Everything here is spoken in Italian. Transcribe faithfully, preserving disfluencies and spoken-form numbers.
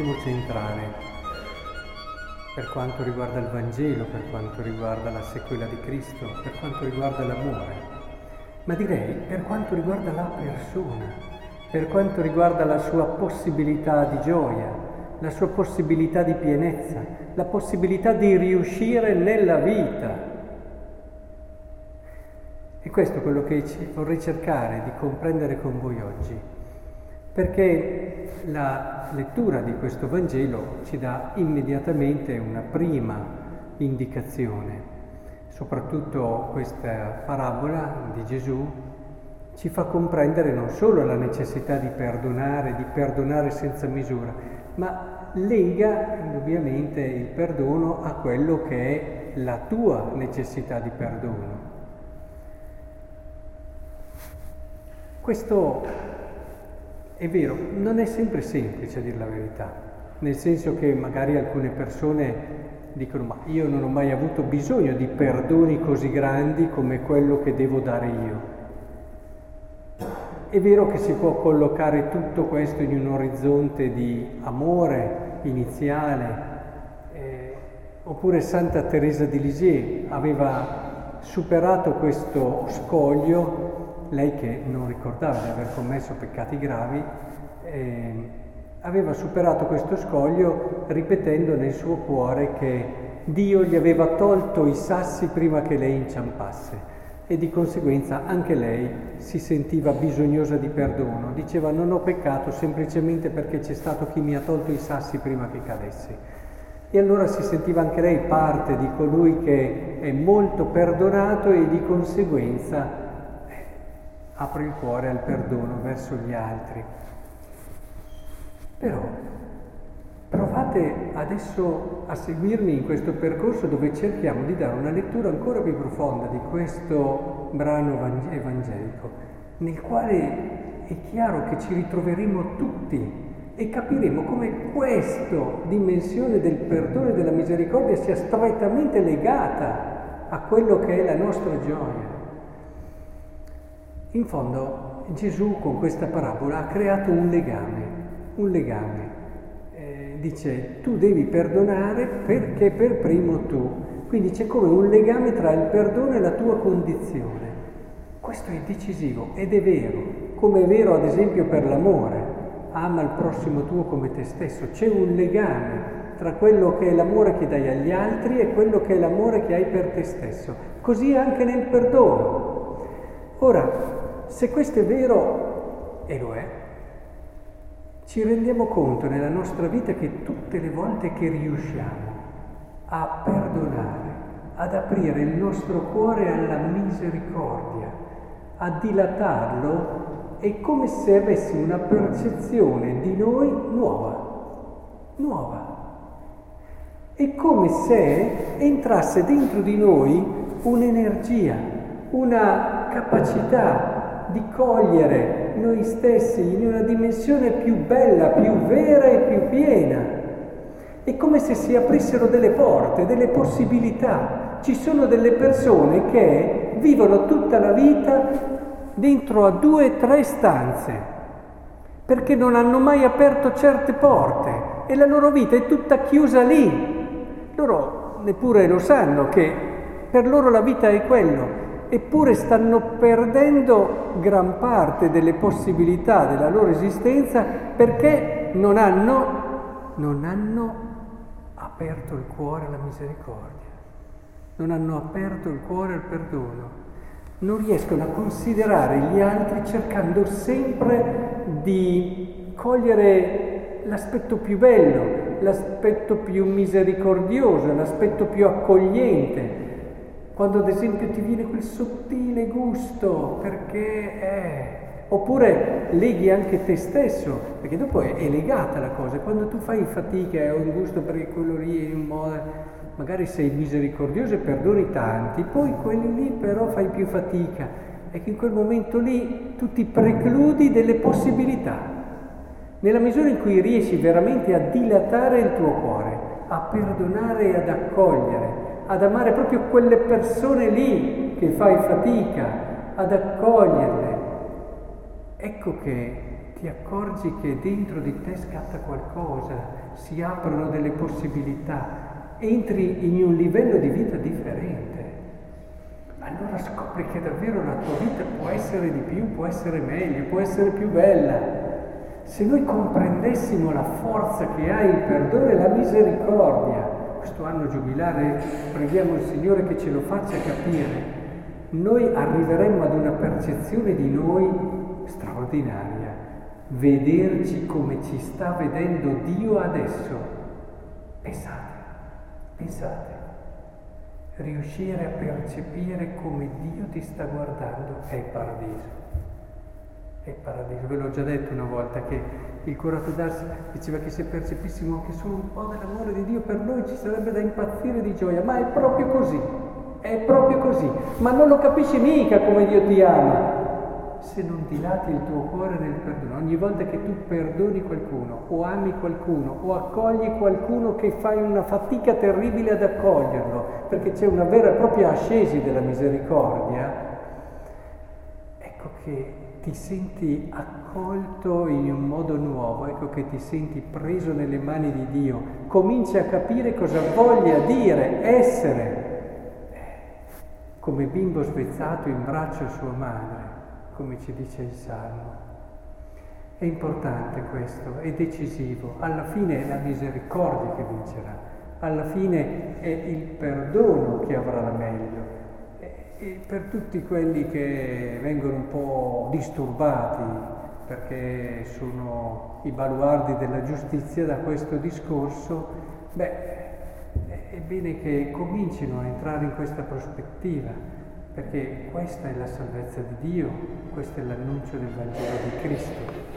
massimo centrale per quanto riguarda il Vangelo, per quanto riguarda la sequela di Cristo, per quanto riguarda l'amore, ma direi per quanto riguarda la persona, per quanto riguarda la sua possibilità di gioia, la sua possibilità di pienezza, la possibilità di riuscire nella vita. E questo è quello che vorrei cercare di comprendere con voi oggi, perché la lettura di questo Vangelo ci dà immediatamente una prima indicazione. Soprattutto questa parabola di Gesù ci fa comprendere non solo la necessità di perdonare, di perdonare senza misura, ma lega indubbiamente il perdono a quello che è la tua necessità di perdono. Questo è vero, non è sempre semplice a dir la verità, nel senso che magari alcune persone dicono ma io non ho mai avuto bisogno di perdoni così grandi come quello che devo dare io. È vero che si può collocare tutto questo in un orizzonte di amore iniziale, eh, oppure Santa Teresa di Lisieux aveva superato questo scoglio. Lei che non ricordava di aver commesso peccati gravi, eh, aveva superato questo scoglio ripetendo nel suo cuore che Dio gli aveva tolto i sassi prima che lei inciampasse e di conseguenza anche lei si sentiva bisognosa di perdono. Diceva non ho peccato semplicemente perché c'è stato chi mi ha tolto i sassi prima che cadessi. E allora si sentiva anche lei parte di colui che è molto perdonato e di conseguenza apre il cuore al perdono verso gli altri. Però provate adesso a seguirmi in questo percorso dove cerchiamo di dare una lettura ancora più profonda di questo brano evangelico, nel quale è chiaro che ci ritroveremo tutti e capiremo come questa dimensione del perdono e della misericordia sia strettamente legata a quello che è la nostra gioia. In fondo Gesù con questa parabola ha creato un legame, un legame. Eh, dice tu devi perdonare perché per primo tu. Quindi c'è come un legame tra il perdono e la tua condizione. Questo è decisivo ed è vero, come è vero ad esempio per l'amore. Ama il prossimo tuo come te stesso. C'è un legame tra quello che è l'amore che dai agli altri e quello che è l'amore che hai per te stesso. Così anche nel perdono. Ora, se questo è vero, e lo è, ci rendiamo conto nella nostra vita che tutte le volte che riusciamo a perdonare, ad aprire il nostro cuore alla misericordia, a dilatarlo, è come se avessimo una percezione di noi nuova, nuova. È come se entrasse dentro di noi un'energia, una capacità di cogliere noi stessi in una dimensione più bella, più vera e più piena. È come se si aprissero delle porte, delle possibilità. Ci sono delle persone che vivono tutta la vita dentro a due o tre stanze, perché non hanno mai aperto certe porte e la loro vita è tutta chiusa lì. Loro neppure lo sanno che per loro la vita è quello. Eppure stanno perdendo gran parte delle possibilità della loro esistenza perché non hanno, non hanno aperto il cuore alla misericordia, non hanno aperto il cuore al perdono, non riescono a considerare gli altri cercando sempre di cogliere l'aspetto più bello, l'aspetto più misericordioso, l'aspetto più accogliente. Quando ad esempio ti viene quel sottile gusto, perché è... Oppure leghi anche te stesso, perché dopo è, è legata la cosa. Quando tu fai fatica e hai un gusto perché quello lì è un modo... Magari sei misericordioso e perdoni tanti, poi quelli lì però fai più fatica. E che in quel momento lì tu ti precludi delle possibilità. Nella misura in cui riesci veramente a dilatare il tuo cuore, a perdonare e ad accogliere, ad amare proprio quelle persone lì che fai fatica, ad accoglierle, ecco che ti accorgi che dentro di te scatta qualcosa si aprono delle possibilità, entri in un livello di vita differente. Allora scopri che davvero la tua vita può essere di più, può essere meglio, può essere più bella. Se noi comprendessimo la forza che ha il perdono e la misericordia, questo anno giubilare preghiamo il Signore che ce lo faccia capire, noi arriveremmo ad una percezione di noi straordinaria, vederci come ci sta vedendo Dio adesso. Pensate, pensate, riuscire a percepire come Dio ti sta guardando è il paradiso. È il paradiso. Ve l'ho già detto una volta che il curato d'Ars diceva che se percepissimo anche solo un po' dell'amore di Dio per noi ci sarebbe da impazzire di gioia, ma è proprio così, è proprio così, ma non lo capisci mica come Dio ti ama se non dilati il tuo cuore nel perdono. Ogni volta che tu perdoni qualcuno o ami qualcuno o accogli qualcuno che fai una fatica terribile ad accoglierlo perché c'è una vera e propria ascesi della misericordia, ecco che ti senti accolto in un modo nuovo, ecco che ti senti preso nelle mani di Dio, cominci a capire cosa voglia dire essere come bimbo svezzato in braccio a sua madre, come ci dice il Salmo. È importante questo, è decisivo. Alla fine è la misericordia che vincerà, alla fine è il perdono che avrà la meglio. E per tutti quelli che vengono un po' disturbati perché sono i baluardi della giustizia da questo discorso, beh, è bene che comincino a entrare in questa prospettiva, perché questa è la salvezza di Dio, questo è l'annuncio del Vangelo di Cristo.